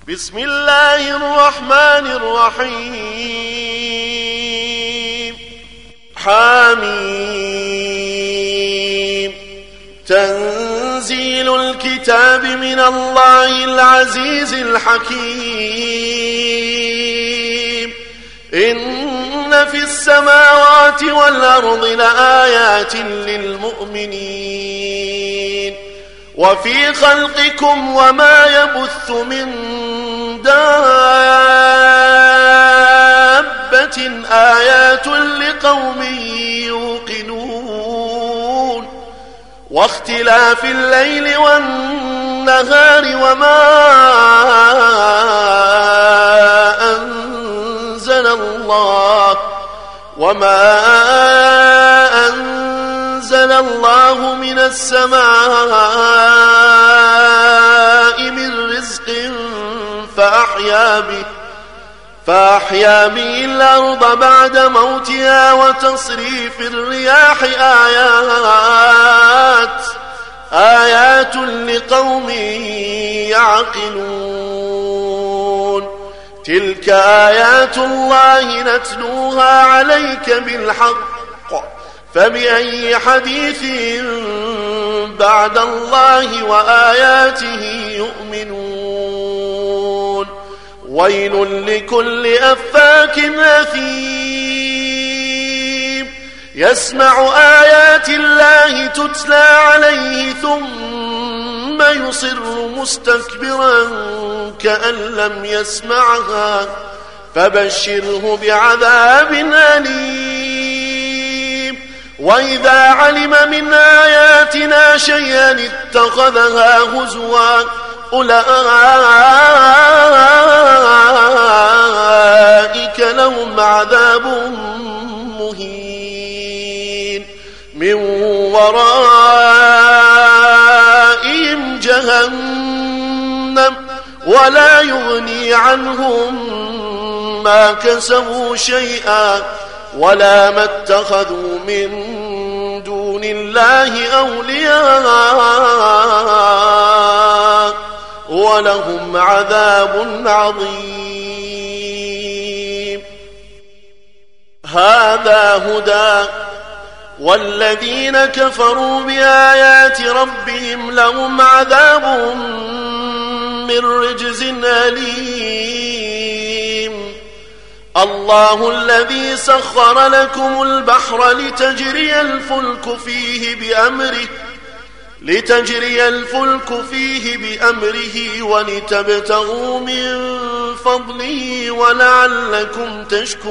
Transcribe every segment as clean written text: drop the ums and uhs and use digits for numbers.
بسم الله الرحمن الرحيم. حميم. تنزيل الكتاب من الله العزيز الحكيم. إن في السماوات والأرض لآيات للمؤمنين وفي خلقكم وما يبث من دابة آيات لقوم يوقنون واختلاف الليل والنهار وما أنزل الله من السماء من رزق فأحيا به الأرض بعد موتها وتصريف الرياح آيات لقوم يعقلون. تلك آيات الله نتلوها عليك بالحق فبأي حديث بعد الله وآياته يؤمنون. ويل لكل أفاك أثيم يسمع آيات الله تتلى عليه ثم يصر مستكبرا كأن لم يسمعها فبشره بعذاب أليم. وإذا علم من آياتنا شيئا اتخذها هزوا أولئك لهم عذاب مهين من ورائهم جهنم ولا يغني عنهم ما كسبوا شيئا ولا ما اتخذوا من دون الله أولياء ولهم عذاب عظيم. هذا هدى والذين كفروا بآيات ربهم لهم عذاب من رجز أليم. الله الذي سخر لكم البحر لتجري الفلك فيه بأمره ولتبتغوا من فضله ولعلكم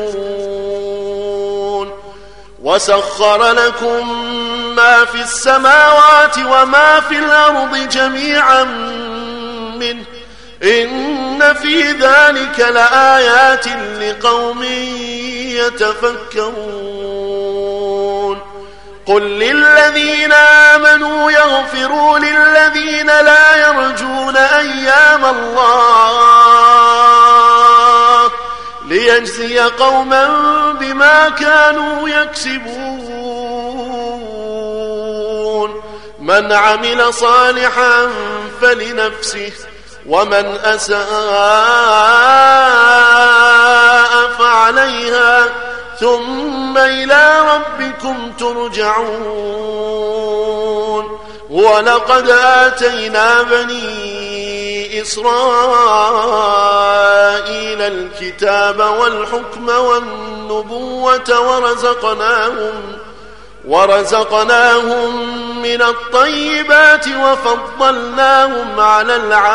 تشكرون. وسخر لكم ما في السماوات وما في الأرض جميعا منه إن في ذلك لآيات لقوم يتفكرون. قل للذين آمنوا يغفروا للذين لا يرجون أيام الله ليجزي قوما بما كانوا يكسبون. من عمل صالحا فلنفسه ومن أساء فعليها ثم إلى ربكم ترجعون. ولقد آتينا بني إسرائيل الكتاب والحكم والنبوة ورزقناهم من الطيبات وفضلناهم على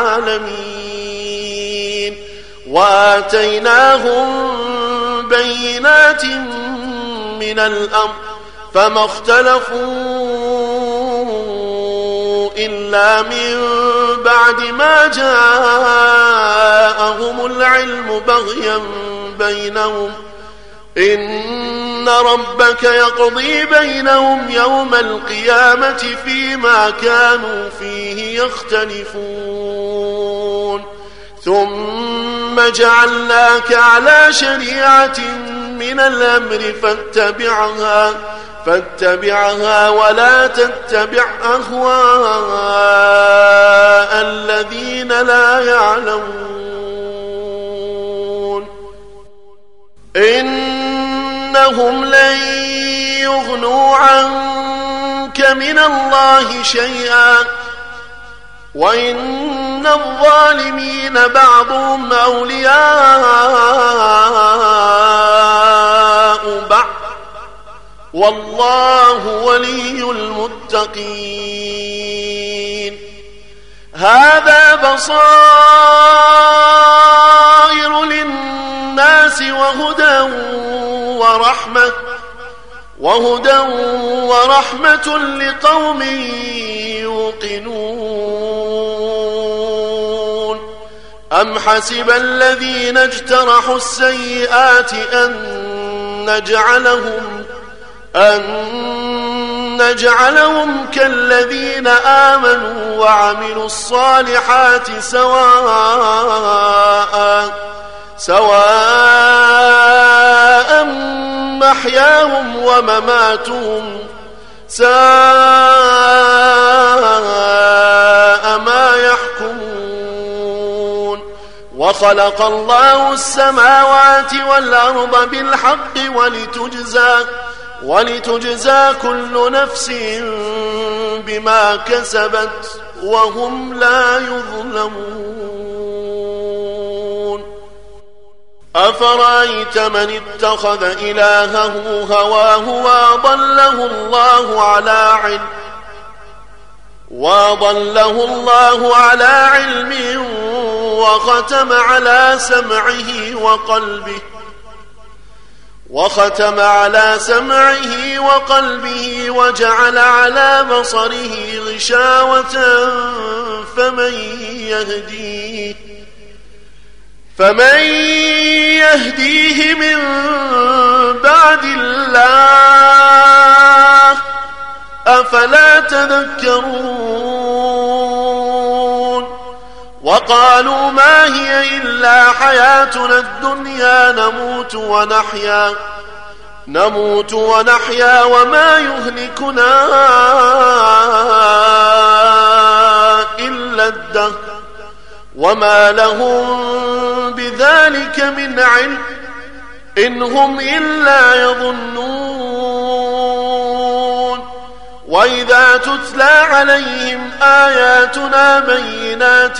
العالمين وآتيناهم بينات من الأمر فما اختلفوا إلا من بعد ما جاءهم العلم بغيا بينهم إن ربك يقضي بينهم يوم القيامة فيما كانوا فيه يختلفون. ثم جعلناك على شريعة من الأمر فاتبعها ولا تتبع أهواء الذين لا يعلمون. يغنوا عنك من الله شيئا وإن الظالمين بعضهم أولياء بعض والله ولي المتقين. هذا بصائر للناس وهدى ورحمة لقوم يوقنون. أم حسب الذين اجترحوا السيئات أن نجعلهم كالذين آمنوا وعملوا الصالحات سواء محياهم ومماتهم ساء ما يحكمون. وخلق الله السماوات والأرض بالحق ولتجزى كل نفس بما كسبت وهم لا يظلمون. أفرأيت من اتخذ إلهه هواه وأضله الله على علم وختم على سمعه وقلبه وجعل على بصره غشاوة فمن يهديه من بعد الله أفلا تذكرون. وقالوا ما هي إلا حياتنا الدنيا نموت ونحيا وما يهلكنا إلا الدهر وما لهم بذلك من علم إن هم إلا يظنون. وإذا تتلى عليهم آياتنا بينات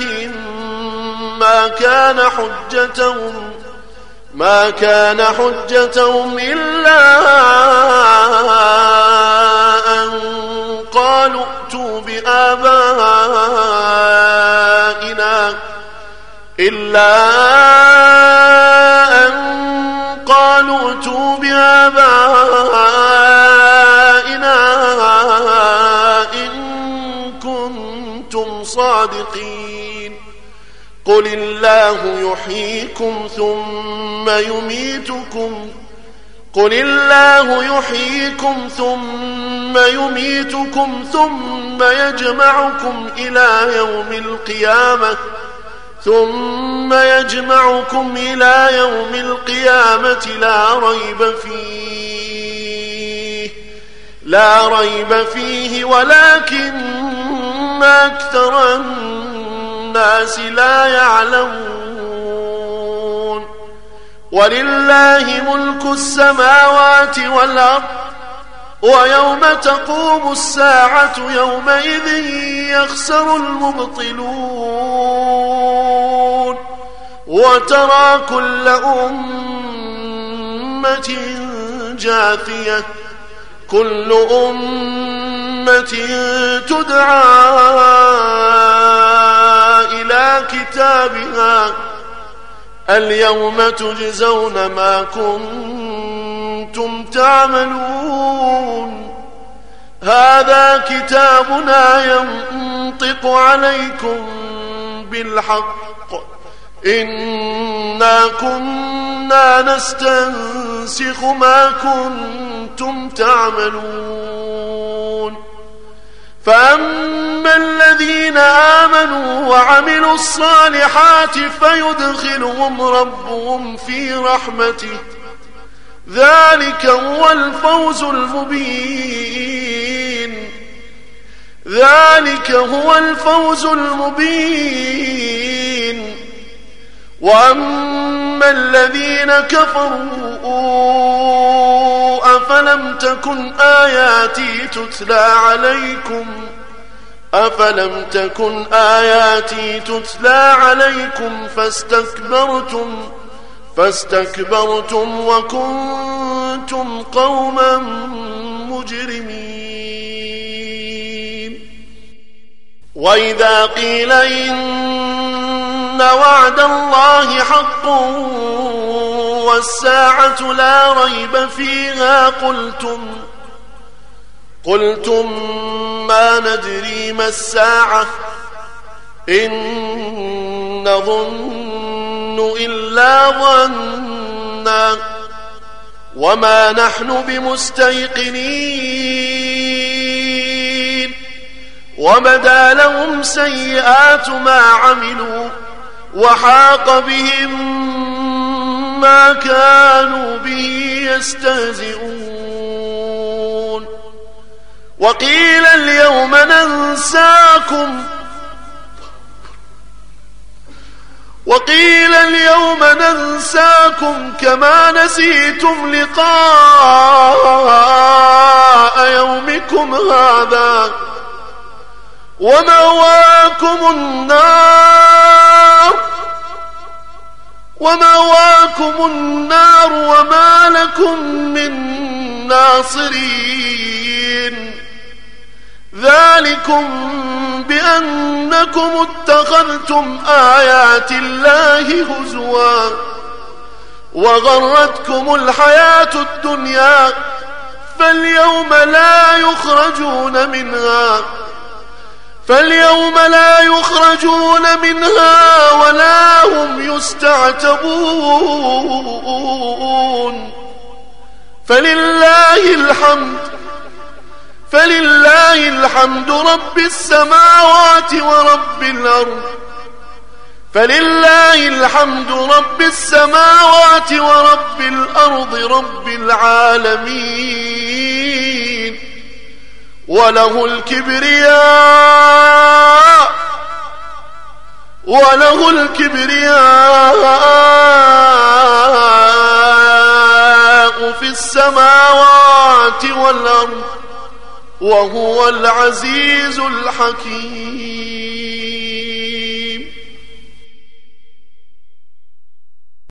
ما كان حجتهم إلا أن قالوا ائتوا بآبائنا إن كنتم صادقين. قل الله يحييكم ثم يميتكم ثم يجمعكم إلى يوم القيامة لا ريب فيه ولكن أكثر الناس لا يعلمون. ولله ملك السماوات والأرض ويوم تقوم الساعة يومئذ يخسر المبطلون. وترى كل أمة جاثية كل أمة تدعى إلى كتابها اليوم تجزون ما كنتم تعملون. هذا كتابنا ينطق عليكم بالحق إنا كنا نستنسخ ما كنتم تعملون. فأما الذين آمنوا وعملوا الصالحات فيدخلهم ربهم في رحمته ذلك هو الفوز المبين. وأما الذين كفروا أفلم تكن آياتي تتلى عليكم فاستكبرتم وكنتم قوما مجرمين. وإذا قيل إن وعد الله حق والساعة لا ريب فيها قلتم ما ندري ما الساعة إن نظن إلا ظنا وما نحن بمستيقنين. وبدا لهم سيئات ما عملوا وحاق بهم ما كانوا به يستهزئون. وقيل اليوم ننساكم كما نسيتم لقاء يومكم هذا ومأواكم النار وما لكم من ناصرين. ذلكم بأنكم اتخذتم آيات الله هزوا وغرتكم الحياة الدنيا فاليوم لا يخرجون منها ولا هم يستعتبون. فلله الحمد رب السماوات ورب الأرض رب العالمين. وله الكبرياء في السماوات والأرض وهو العزيز الحكيم.